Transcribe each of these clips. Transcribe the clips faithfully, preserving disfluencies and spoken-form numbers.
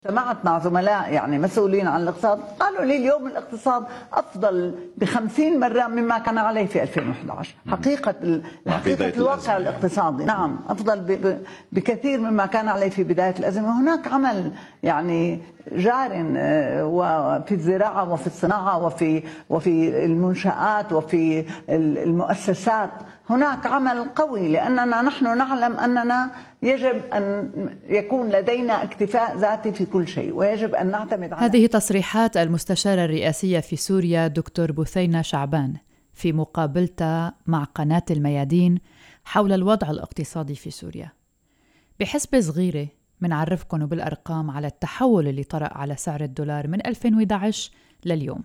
سمعت مع زملاء يعني مسؤولين عن الاقتصاد قالوا لي اليوم الاقتصاد افضل بخمسين مره مما كان عليه في ألفين وإحدى عشر. حقيقه حقيقه الواقع الاقتصادي نعم افضل بكثير مما كان عليه في بدايه الازمه. هناك عمل يعني جار وفي الزراعه وفي الصناعه وفي وفي المنشآت وفي المؤسسات هناك عمل قوي، لأننا نحن نعلم أننا يجب أن يكون لدينا اكتفاء ذاتي في كل شيء، ويجب أن نعتمد على هذه تصريحات المستشارة الرئاسية في سوريا دكتور بثينة شعبان في مقابلتها مع قناة الميادين حول الوضع الاقتصادي في سوريا. بحسبة صغيرة منعرفكم بالأرقام على التحول اللي طرأ على سعر الدولار من ألفين وإحدى عشر لليوم.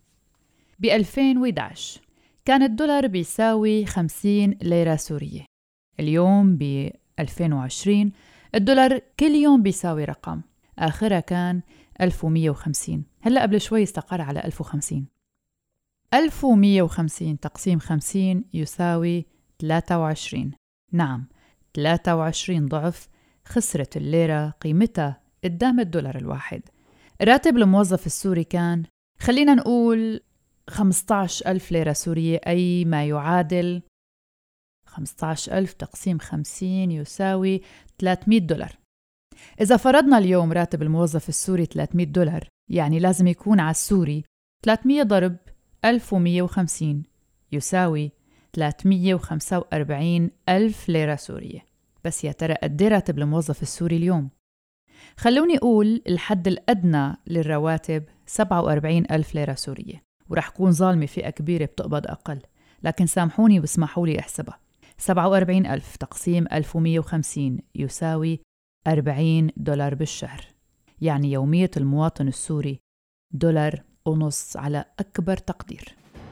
ب ألفين وإحدى عشر كان الدولار بيساوي خمسين ليرة سورية. اليوم ب ألفين وعشرين الدولار كل يوم بيساوي رقم، آخرها كان ألف ومية وخمسين، هلأ قبل شوي استقر على ألف وخمسين. ألف ومية وخمسين تقسيم خمسين يساوي ثلاثة وعشرين. نعم، ثلاثة وعشرين ضعف خسرت الليرة قيمتها قدام الدولار الواحد. راتب الموظف السوري كان خلينا نقول خمسة عشر ألف ليرة سورية، أي ما يعادل خمسة عشر ألف تقسيم خمسين يساوي ثلاثمية دولار. إذا فرضنا اليوم راتب الموظف السوري ثلاثمية دولار، يعني لازم يكون على السوري ثلاثمية ضرب ألف ومية وخمسين يساوي ثلاثمية وخمسة وأربعين ألف ليرة سورية. بس يا ترى قد إيه راتب الموظف السوري اليوم؟ خلوني أقول الحد الأدنى للرواتب سبعة وأربعين ألف ليرة سورية، ورح كون ظالمة فئة كبيرة بتقبض أقل، لكن سامحوني واسمحوا لي أحسبها. سبعة وأربعين ألف تقسيم ألف ومية وخمسين يساوي أربعين دولار بالشهر، يعني يومية المواطن السوري دولار ونص على أكبر تقدير.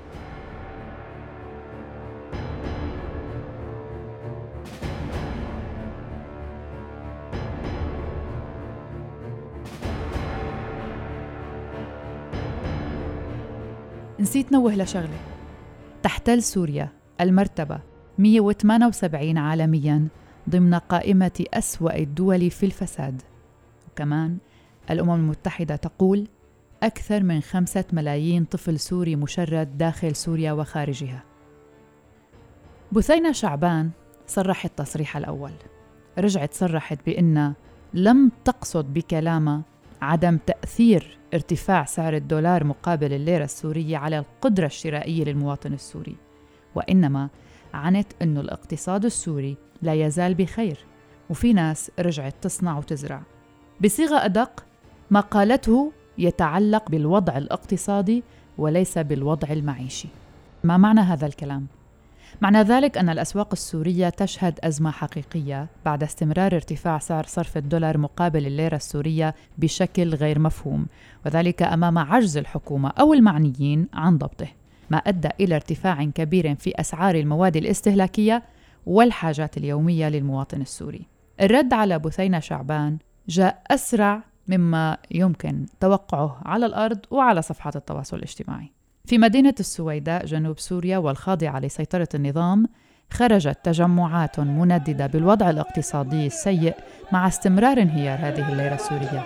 نسيت نوه لشغلة، تحتل سوريا المرتبة مية وثمانية وسبعين عالمياً ضمن قائمة أسوأ الدول في الفساد. وكمان الأمم المتحدة تقول أكثر من خمسة ملايين طفل سوري مشرد داخل سوريا وخارجها. بثينة شعبان صرحت التصريح الأول، رجعت صرحت بأنها لم تقصد بكلامها عدم تأثير ارتفاع سعر الدولار مقابل الليرة السورية على القدرة الشرائية للمواطن السوري، وإنما عنت أنه الاقتصاد السوري لا يزال بخير، وفي ناس رجعت تصنع وتزرع. بصيغة أدق، ما قالته يتعلق بالوضع الاقتصادي وليس بالوضع المعيشي. ما معنى هذا الكلام؟ معنى ذلك أن الأسواق السورية تشهد أزمة حقيقية بعد استمرار ارتفاع سعر صرف الدولار مقابل الليرة السورية بشكل غير مفهوم، وذلك أمام عجز الحكومة أو المعنيين عن ضبطه، ما أدى إلى ارتفاع كبير في أسعار المواد الاستهلاكية والحاجات اليومية للمواطن السوري. الرد على بثينة شعبان جاء أسرع مما يمكن توقعه على الأرض وعلى صفحات التواصل الاجتماعي. في مدينة السويداء جنوب سوريا والخاضعة لسيطرة النظام، خرجت تجمعات منددة بالوضع الاقتصادي السيء مع استمرار انهيار هذه الليرة السورية.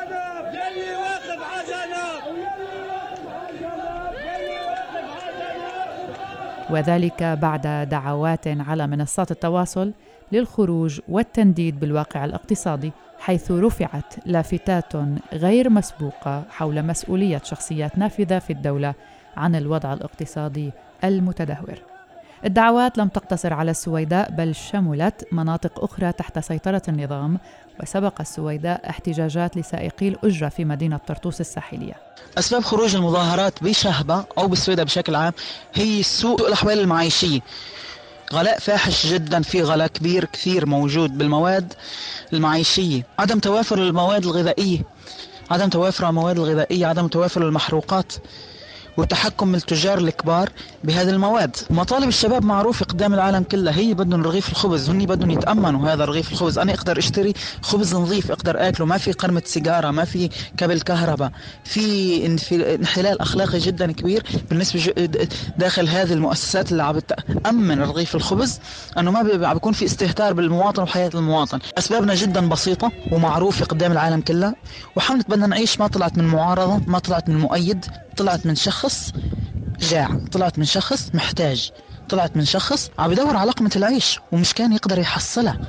وذلك بعد دعوات على منصات التواصل للخروج والتنديد بالواقع الاقتصادي، حيث رفعت لافتات غير مسبوقة حول مسؤولية شخصيات نافذة في الدولة عن الوضع الاقتصادي المتدهور. الدعوات لم تقتصر على السويداء بل شملت مناطق أخرى تحت سيطرة النظام، وسبق السويداء احتجاجات لسائقي الأجرة في مدينة طرطوس الساحلية. أسباب خروج المظاهرات بشهبة أو بالسويداء بشكل عام هي سوء الأحوال المعيشية، غلاء فاحش جدا، في غلاء كبير كثير موجود بالمواد المعيشية، عدم توافر المواد الغذائية، عدم توافر المواد الغذائية، عدم توافر المحروقات، وتحكم من التجار الكبار بهذه المواد. مطالب الشباب معروفة قدام العالم كله، هي بدهم رغيف الخبز، هني بدهم يتأمنوا هذا رغيف الخبز. أنا أقدر أشتري خبز نظيف أقدر أكله، ما في قرمة سيجارة، ما في كابل كهرباء، في انحلال أخلاقي جدا كبير بالنسبة داخل هذه المؤسسات اللي عم تأمن رغيف الخبز، أنه ما عم بيكون في استهتار بالمواطن وحياة المواطن. أسبابنا جدا بسيطة ومعروفة قدام العالم كله، وحملة بدنا نعيش ما طلعت من معارضة، ما طلعت من مؤيد، طلعت من شخص جاع، طلعت من شخص محتاج، طلعت من شخص عم يدور على لقمة العيش ومش كان يقدر يحصلها.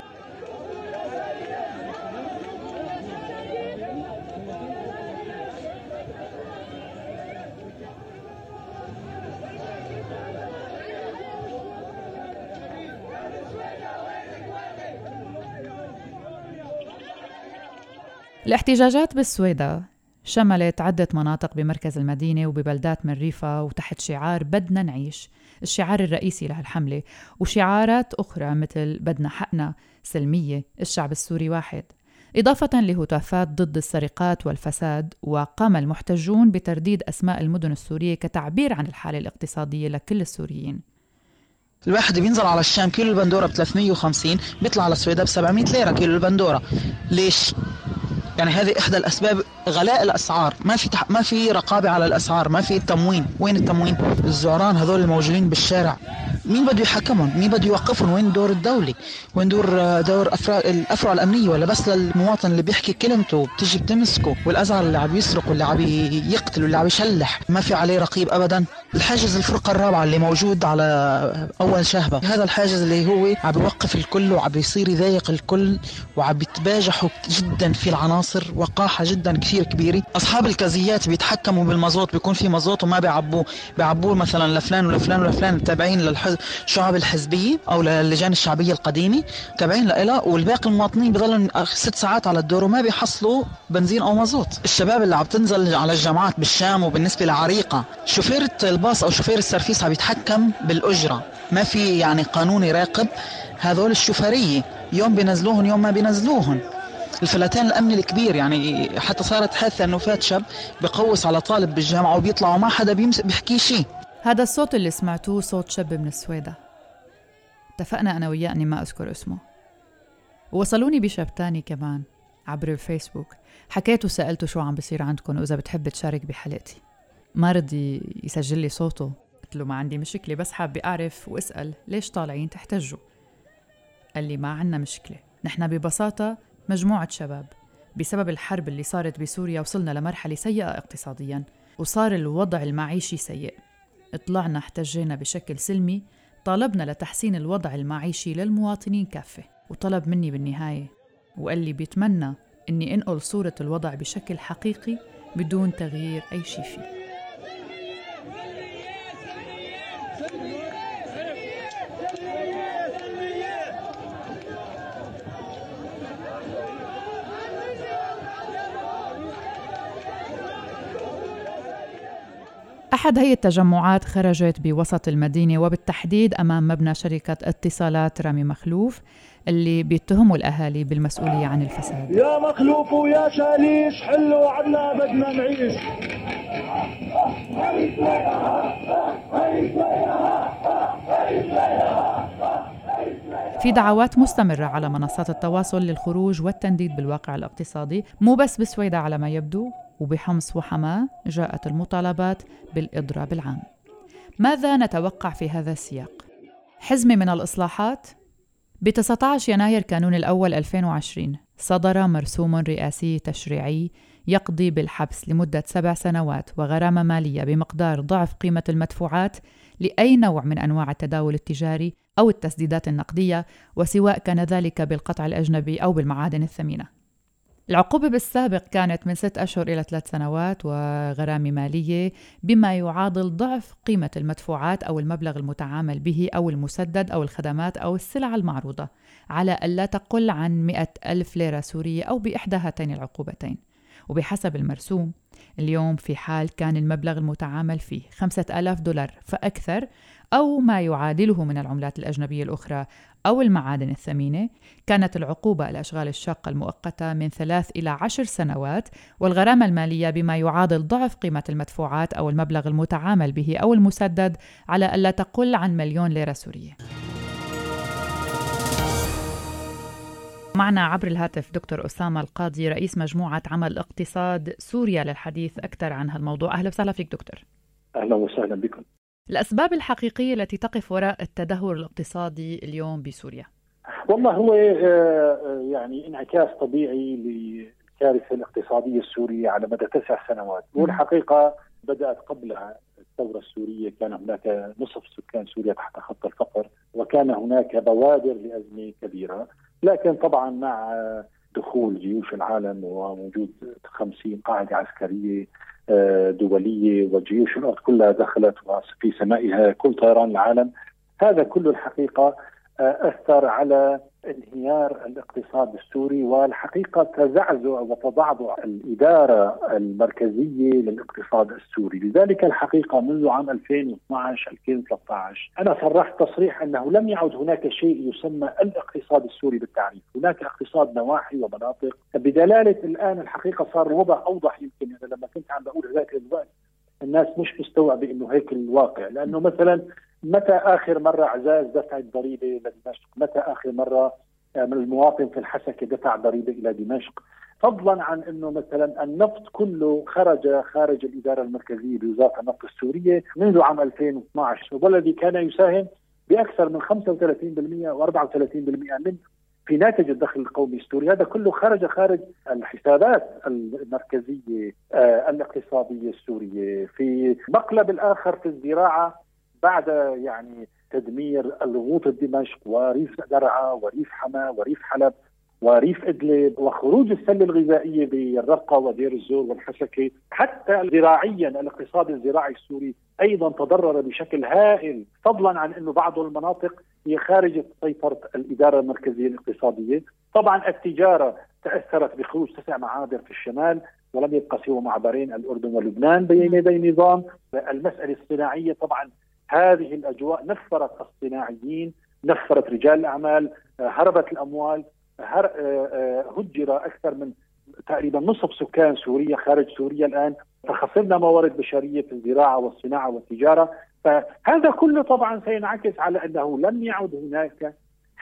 الاحتجاجات بالسويداء شملت عدة مناطق بمركز المدينة وببلدات من ريفها، وتحت شعار بدنا نعيش، الشعار الرئيسي لهالحملة، وشعارات أخرى مثل بدنا حقنا، سلمية، الشعب السوري واحد، إضافة لهتافات ضد السرقات والفساد. وقام المحتجون بترديد أسماء المدن السورية كتعبير عن الحالة الاقتصادية لكل السوريين. الواحد بينزل على الشام كيلو البندورة ب ثلاثمية وخمسين، بيطلع على السويداء ب سبعمية ليرة كيلو البندورة. ليش؟ يعني هذه إحدى الأسباب، غلاء الأسعار، ما في تح... ما في رقابة على الأسعار، ما في تموين. وين التموين؟ الزعران هذول الموجودين بالشارع مين بده يحكمهم؟ مين بده يوقفهم؟ وين دور الدولة؟ وين دور دور أفرع الأفرع الأمنية؟ ولا بس للمواطن اللي بيحكي كلمته بتيجي بتمسكه، والأزهر اللي عم يسرق واللي عم يقتل واللي عم يشلح ما في عليه رقيب أبدا. الحاجز الفرقة الرابعة اللي موجود على أول شهبة، هذا الحاجز اللي هو عم بيوقف الكل وعم بيصير يضايق الكل وعم بيتباجحوا جدا في العناصر، وقاحة جدا كثير كبيرة. أصحاب الكازيات بيتحكموا بالمازوت، بيكون في مازوت وما بيعبوه، بيعبوه مثلا لفلان ولفلان ولفلان تابعين للشعب الحزبية أو للجان الشعبية القديمة تابعين لإلها، والباقي المواطنين بيضلوا ست ساعات على الدور وما بيحصلوا بنزين أو مازوت. الشباب اللي عم تنزل على الجامعات بالشام وبالنسبة لعريقة، شوفير الباص أو شوفير السرفيس عم يتحكم بالأجرة، ما في يعني قانون يراقب هذول الشوفرية، يوم بينزلوهن يوم ما بينزلوهن. الفلتان الأمني الكبير، يعني حتى صارت حادثة أنه فات شاب بقوس على طالب بالجامعة وبيطلع وما حدا بيحكي شيء. هذا الصوت اللي سمعتوه صوت شاب من السويداء، اتفقنا أنا وياه أني ما أذكر اسمه. ووصلوني بشاب تاني كمان عبر الفيسبوك، حكيته سألته شو عم بصير عندكم وإذا بتحب تشارك بحلقتي. ما رضي يسجل لي صوته، قلت له ما عندي مشكلة بس حابة أعرف وأسأل ليش طالعين تحتجوا. قال لي ما عنا مشكلة، نحن ببساطة مجموعة شباب بسبب الحرب اللي صارت بسوريا وصلنا لمرحلة سيئة اقتصاديا وصار الوضع المعيشي سيء. اطلعنا احتجينا بشكل سلمي، طالبنا لتحسين الوضع المعيشي للمواطنين كافة، وطلب مني بالنهاية وقال لي بيتمنى أني أنقل صورة الوضع بشكل حقيقي بدون تغيير أي شيء فيه. أحد هي التجمعات خرجت بوسط المدينة وبالتحديد أمام مبنى شركة اتصالات رامي مخلوف اللي بيتهموا الأهالي بالمسؤولية عن الفساد. يا مخلوف ويا شاليش حلوا عنا بدنا نعيش. في دعوات مستمرة على منصات التواصل للخروج والتنديد بالواقع الاقتصادي، مو بس بالسويداء على ما يبدو، وبحمص وحماة جاءت المطالبات بالإضراب العام. ماذا نتوقع في هذا السياق؟ حزمة من الإصلاحات؟ ب تسعة عشر يناير كانون الأول ألفين وعشرين صدر مرسوم رئاسي تشريعي يقضي بالحبس لمدة سبع سنوات وغرامة مالية بمقدار ضعف قيمة المدفوعات لأي نوع من أنواع التداول التجاري أو التسديدات النقدية، وسواء كان ذلك بالقطع الأجنبي أو بالمعادن الثمينة. العقوبة بالسابق كانت من ست أشهر إلى ثلاث سنوات وغرامة مالية بما يعادل ضعف قيمة المدفوعات أو المبلغ المتعامل به أو المسدد أو الخدمات أو السلع المعروضة على ألا تقل عن مئة ألف ليرة سورية أو بإحدى هاتين العقوبتين. وبحسب المرسوم اليوم في حال كان المبلغ المتعامل فيه خمسة آلاف دولار فأكثر أو ما يعادله من العملات الأجنبية الأخرى أو المعادن الثمينة، كانت العقوبة الأشغال الشاقة المؤقتة من ثلاث إلى عشر سنوات، والغرامة المالية بما يعادل ضعف قيمة المدفوعات أو المبلغ المتعامل به أو المسدد على ألا تقل عن مليون ليرة سورية. معنا عبر الهاتف دكتور أسامة القاضي رئيس مجموعة عمل اقتصاد سوريا للحديث أكثر عن هالموضوع. أهلا وسهلا فيك دكتور. أهلا وسهلا بكم. الأسباب الحقيقية التي تقف وراء التدهور الاقتصادي اليوم بسوريا؟ والله هو يعني انعكاس طبيعي للكارثة الاقتصادية السورية على مدى تسع سنوات، والحقيقة بدأت قبل الثورة السورية كان هناك نصف سكان سوريا تحت خط الفقر، وكان هناك بوادر لأزمة كبيرة، لكن طبعا مع دخول جيوش العالم ووجود خمسين قاعدة عسكرية دولية وجيوش الأرض كلها دخلت وفي سمائها كل طيران العالم، هذا كله الحقيقة أثر على انهيار الاقتصاد السوري، والحقيقة تزعزع وتضعضع الإدارة المركزية للاقتصاد السوري. لذلك الحقيقة منذ عام ألفين واثنعش ألفين وثلاثة عشر أنا صرحت تصريح أنه لم يعد هناك شيء يسمى الاقتصاد السوري بالتعريف، هناك اقتصاد نواحي ومناطق، بدلالة الآن الحقيقة صار الوضع أوضح. يمكن أنا لما كنت عم بقول ذاك الوقت الناس مش مستوعبة إنه هيك الواقع، لأنه مثلا متى آخر مرة عزاز دفعت ضريبة لدمشق؟ متى آخر مرة من المواطن في الحسكة دفع ضريبة إلى دمشق؟ فضلا عن أنه مثلا النفط كله خرج خارج الإدارة المركزية بوزارة النفط السورية منذ عام ألفين واثنعش، والذي كان يساهم بأكثر من خمسة وثلاثين بالمئة وأربعة وثلاثين بالمئة من في ناتج الدخل القومي السوري. هذا كله خرج خارج الحسابات المركزية آه الاقتصادية السورية. في مقلب الآخر في الزراعة بعد يعني تدمير الغوط الدمشق وريف درعا وريف حما وريف حلب وريف إدلب وخروج السلة الغذائية بالرقة ودير الزور والحسكة، حتى زراعيا الاقتصاد الزراعي السوري أيضا تضرر بشكل هائل، فضلا عن أنه بعض المناطق هي خارج سيطرة الإدارة المركزية الاقتصادية. طبعا التجارة تأثرت بخروج تسع معابر في الشمال ولم يبقى سوى معبرين الأردن ولبنان بين يدي نظام. المسألة الصناعية طبعا هذه الأجواء نفرت الصناعيين، نفرت رجال الأعمال، هربت الأموال، هجر أكثر من تقريبا نصف سكان سوريا خارج سوريا الآن، فخسرنا موارد بشرية في الزراعة والصناعة والتجارة. فهذا كله طبعا سينعكس على أنه لم يعد هناك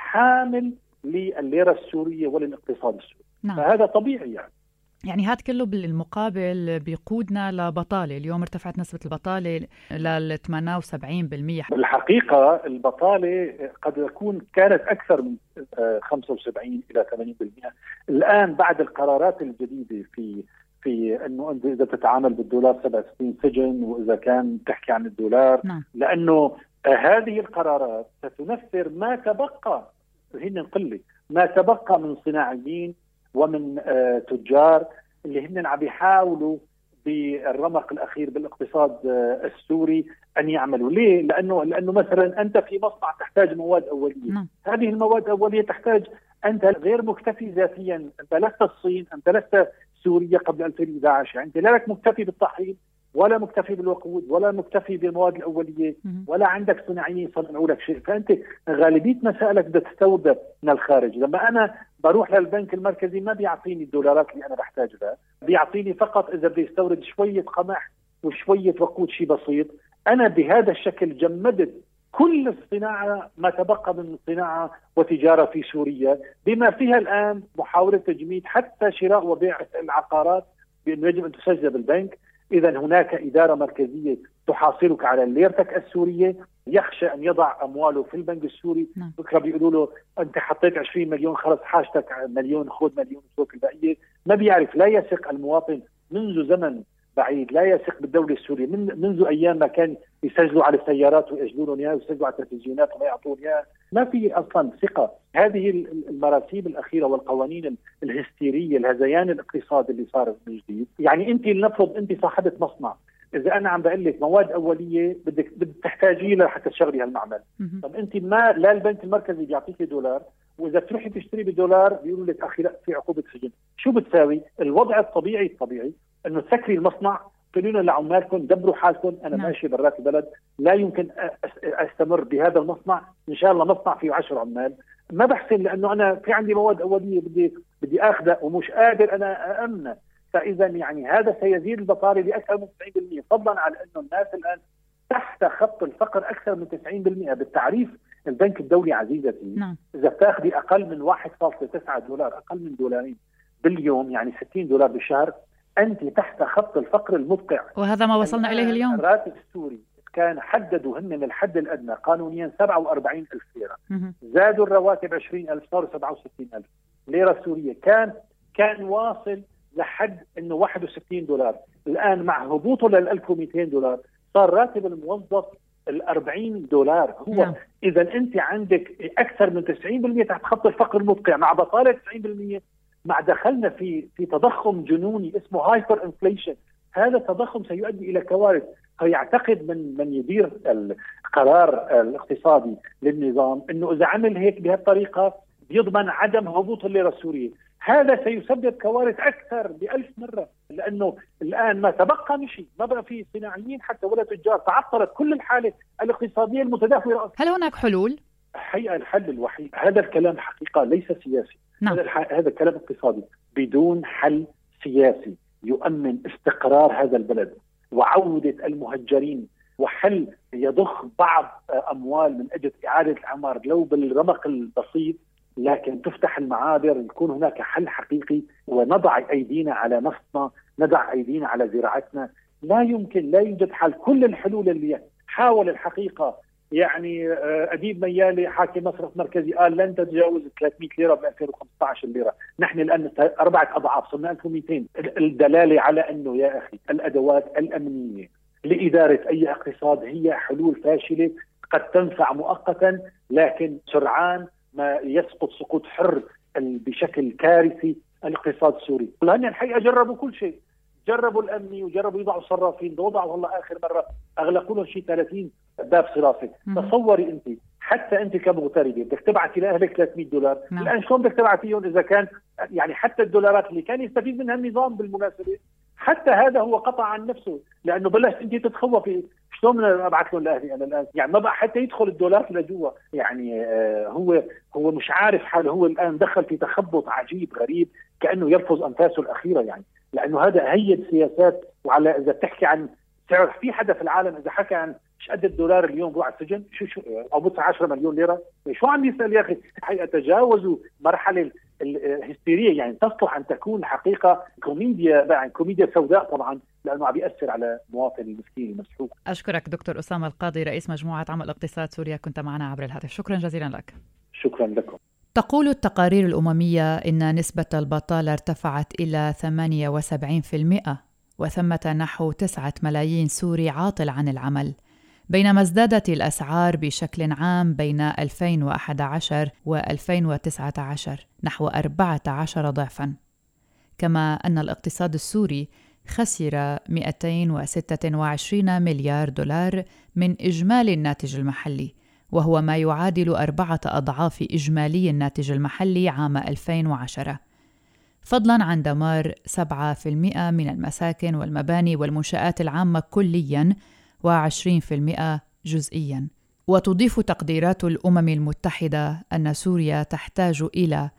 حامل للليرة السورية وللاقتصاد السوري. نعم. فهذا طبيعي يعني. يعني هذا كله بالمقابل بيقودنا لبطالة. اليوم ارتفعت نسبة البطالة ل ثمانية وسبعين بالمئة. بالحقيقة البطالة قد تكون كانت أكثر من خمسة وسبعين إلى ثمانين بالمئة الآن بعد القرارات الجديدة في في أنه إذا تتعامل بالدولار سبع سنين سجن، وإذا كان تحكي عن الدولار. نعم. لأنه هذه القرارات ستنفر ما تبقى، هن قلة ما تبقى من صناعيين ومن آه تجار اللي هن عم بيحاولوا بالرمق الأخير بالاقتصاد آه السوري أن يعملوا. ليه؟ لأنه لأنه مثلا أنت في مصنع تحتاج مواد أولية. م. هذه المواد الأولية تحتاج، أنت غير مكتفي ذاتيا، أنت لست الصين، أنت لست سوريا قبل ألفين وأحد عشر، يعني أنت لا لك مكتفي بالطحين ولا مكتفي بالوقود ولا مكتفي بالمواد الأولية ولا عندك صناعيين يصنعوا لك شيء، فأنت غالبية مسائلك بدها تستورد من الخارج. لما أنا بروح للبنك المركزي ما بيعطيني الدولارات اللي أنا بحتاجها، بيعطيني فقط إذا بدي استورد شوية قمح وشوية وقود شيء بسيط. أنا بهذا الشكل جمدت كل الصناعة ما تبقى من صناعة وتجارة في سوريا، بما فيها الآن محاولة تجميد حتى شراء وبيع العقارات بأنه يجب أن تسجل بالبنك. إذا هناك إدارة مركزية تحاصرك على ليرتك السورية، يخشى أن يضع أمواله في البنك السوري. بكرة بيقولوا له أنت حطيت عشرين مليون خلص حاجتك مليون، خذ مليون وسوق البقية. ما بيعرف، لا يثق المواطن منذ زمن بعيد، لا يثق بالدولة السورية من منذ أيام ما كان يسجلوا على السيارات ويأجلون إياها ويسجلوا على التلفزيونات وما يعطون إياها. ما في أصلا ثقة. هذه المراسيم الأخيرة والقوانين الهستيرية، الهذيان الاقتصادي اللي صار من جديد. يعني أنت لنفرض أنت صاحبة مصنع، إذا أنا عم بقول لك مواد أولية بدك بدك تحتاجيه لحتى تشغلي هالمعمل، طب أنت ما لا البنك المركزي بيعطيك دولار واذا تروحي تشتري بدولار بيقولوا لك اخي لا في عقوبه سجن. شو بتساوي؟ الوضع الطبيعي الطبيعي انه تسكري المصنع، تقولون لعمالكم دبروا حالكم، انا نعم. ماشي برات البلد، لا يمكن استمر بهذا المصنع، ان شاء الله مصنع فيه عشر عمال، ما بحسن لانه انا في عندي مواد اوليه بدي بدي اخذها ومش قادر انا أأمنها. فاذا يعني هذا سيزيد البطاله لاكثر من تسعين بالمئة، فضلا على انه الناس الان تحت خط الفقر اكثر من تسعين بالمئة بالتعريف البنك الدولي عزيزتي. نعم. اذا بتاخذي اقل من واحد فاصلة تسعة دولار، اقل من دولارين باليوم، يعني ستين دولار بالشهر، انت تحت خط الفقر المدقع، وهذا ما وصلنا اليه اليوم. الراتب السوري كان حددوا هن الحد الادنى قانونيا سبعة وأربعين ألف ليره، زادوا الرواتب عشرين ألف، صاروا سبعة وستين ألف ليره سوريه. كان كان واصل لحد انه واحد وستين دولار، الان مع هبوطه لل ألف ومئتين دولار صار راتب الموظف ال أربعين دولار. هو نعم. اذا انت عندك اكثر من تسعين بالمئة تحت خط الفقر المدقع، مع بطاله تسعين بالمئة، مع دخلنا في في تضخم جنوني اسمه هايبر انفليشن. هذا التضخم سيؤدي الى كوارث. فيعتقد من من يدير القرار الاقتصادي للنظام انه اذا عمل هيك بهالطريقه بيضمن عدم هبوط الليره السوريه. هذا سيسبب كوارث اكثر بألف مره، لانه الان ما تبقى مشي، ما بقى في صناعيين حتى ولا تجار، تعطلت كل الحاله الاقتصاديه المتدهوره. هل هناك حلول؟ حقيقه الحل الوحيد، هذا الكلام حقيقه ليس سياسي. نعم. هذا هذا الكلام اقتصادي. بدون حل سياسي يؤمن استقرار هذا البلد وعودة المهجرين وحل يضخ بعض أموال من أجل إعادة العمار لو بالرمق البسيط، لكن تفتح المعابر، يكون هناك حل حقيقي ونضع أيدينا على نفسنا، نضع أيدينا على زراعتنا. لا يمكن، لا يوجد حل. كل الحلول اللي حاول الحقيقة يعني أديب ميالي حاكم مصرف مركزي قال لن تتجاوز ثلاثمئة ليرة ب ألفين وخمسة عشر ليرة، نحن الآن أربعة أضعاف، صرنا ألف ومئتين. الدلالة على أنه يا أخي الأدوات الأمنية لإدارة أي اقتصاد هي حلول فاشلة قد تنفع مؤقتا، لكن سرعان ما يسقط سقوط حر بشكل كارثي الاقتصاد السوري. لأن الحقيقة جربوا كل شيء، جربوا الأمني وجربوا يضعوا صرافين، وضعوا والله آخر مرة أغلقوا لهم شيء ثلاثين باب صرافي. تصوري أنت حتى أنت كمغتربة بدك تبعتي لأهلك ثلاثمئة دولار، مم. الآن شلون بدك تبعتيهم إذا كان يعني حتى الدولارات اللي كان يستفيد منها النظام بالمناسبة حتى هذا هو قطع عن نفسه، لأنه بلشت أنت تتخوفي شلون بدنا أبعث لهم لأهلي أنا الآن، يعني ما بقى حتى يدخل الدولار لجوا. يعني آه هو هو مش عارف حاله، هو الآن دخل في تخبط عجيب غريب كأنه يلفظ أنفاسه الأخيرة، يعني لأنه هذا هي السياسات. وعلى إذا بتحكي عن سعر، في حدا في العالم إذا حكى عن ايش قد الدولار اليوم بوعد السجن شو شو او بدفع عشرة مليون ليره، شو عم يسال يا اخي؟ الحقيقه تجاوزوا مرحله الهستيريه، يعني تصلح ان تكون حقيقه كوميديا، يعني كوميديا سوداء طبعا، لانه عم بيأثر على المواطن المسكين المسحوق. اشكرك دكتور اسامه القاضي، رئيس مجموعه عمل اقتصاد سوريا، كنت معنا عبر الهاتف. شكرا جزيلا لك. شكرا لكم. تقول التقارير الامميه ان نسبه البطاله ارتفعت الى ثمانية وسبعين بالمئة، وثمة نحو تسعة ملايين سوري عاطل عن العمل، بينما ازدادت الأسعار بشكل عام بين ألفين وأحد عشر وألفين وتسعة عشر نحو أربعة عشر ضعفاً. كما أن الاقتصاد السوري خسر مئتين وستة وعشرين مليار دولار من إجمالي الناتج المحلي، وهو ما يعادل أربعة أضعاف إجمالي الناتج المحلي عام ألفين وعشرة، فضلاً عن دمار سبعة بالمئة من المساكن والمباني والمنشآت العامة كلياً وعشرين بالمئة جزئياً. وتضيف تقديرات الأمم المتحدة أن سوريا تحتاج إلى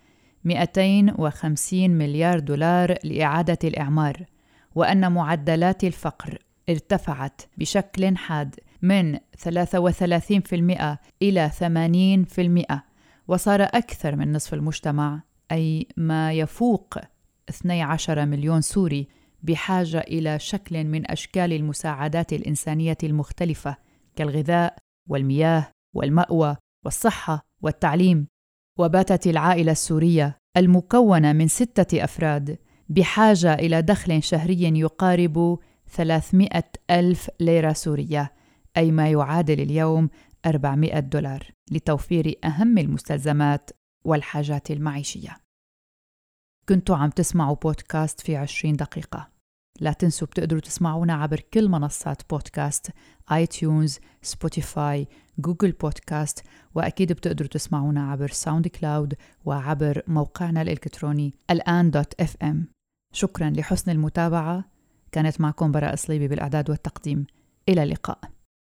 مئتين وخمسين مليار دولار لإعادة الإعمار، وأن معدلات الفقر ارتفعت بشكل حاد من ثلاثة وثلاثين بالمئة إلى ثمانين بالمئة، وصار أكثر من نصف المجتمع، أي ما يفوق اثني عشر مليون سوري، بحاجة إلى شكل من أشكال المساعدات الإنسانية المختلفة كالغذاء والمياه والمأوى والصحة والتعليم. وباتت العائلة السورية المكونة من ستة أفراد بحاجة إلى دخل شهري يقارب ثلاثمئة ألف ليرة سورية، أي ما يعادل اليوم أربعمئة دولار، لتوفير أهم المستلزمات والحاجات المعيشية. كنتوا عم تسمعوا بودكاست في عشرين دقيقة. لا تنسوا بتقدروا تسمعونا عبر كل منصات بودكاست، آي تيونز، سبوتيفاي، جوجل بودكاست، وأكيد بتقدروا تسمعونا عبر ساوند كلاود وعبر موقعنا الإلكتروني الآن دوت اف ام. شكرا لحسن المتابعة. كانت معكم براء صليبي بالإعداد والتقديم. إلى اللقاء.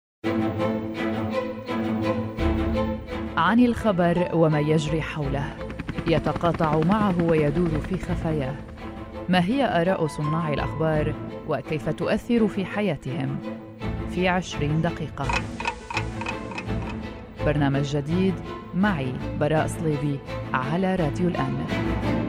عن الخبر وما يجري حوله، يتقاطع معه ويدور في خفاياه. ما هي آراء صناع الأخبار وكيف تؤثر في حياتهم؟ في عشرين دقيقة. برنامج جديد معي براء صليبي على راديو الآن.